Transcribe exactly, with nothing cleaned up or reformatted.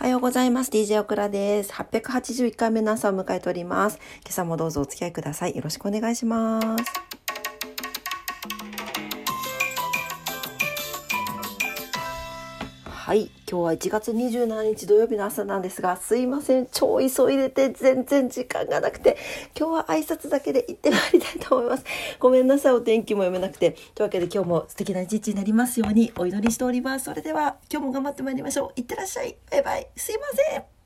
おはようございます。ディージェー オクラです。はっぴゃくはちじゅういっかいめの朝を迎えております。今朝もどうぞお付き合いください。よろしくお願いします。はい、今日はいちがつにじゅうしちにち土曜日の朝なんですが、すいません、超急いでて全然時間がなくて、今日は挨拶だけで行ってまいりたいと思います。ごめんなさい、お天気も読めなくて。というわけで今日も素敵な一日になりますようにお祈りしております。それでは今日も頑張ってまいりましょう。いってらっしゃい。バイバイ。すいません。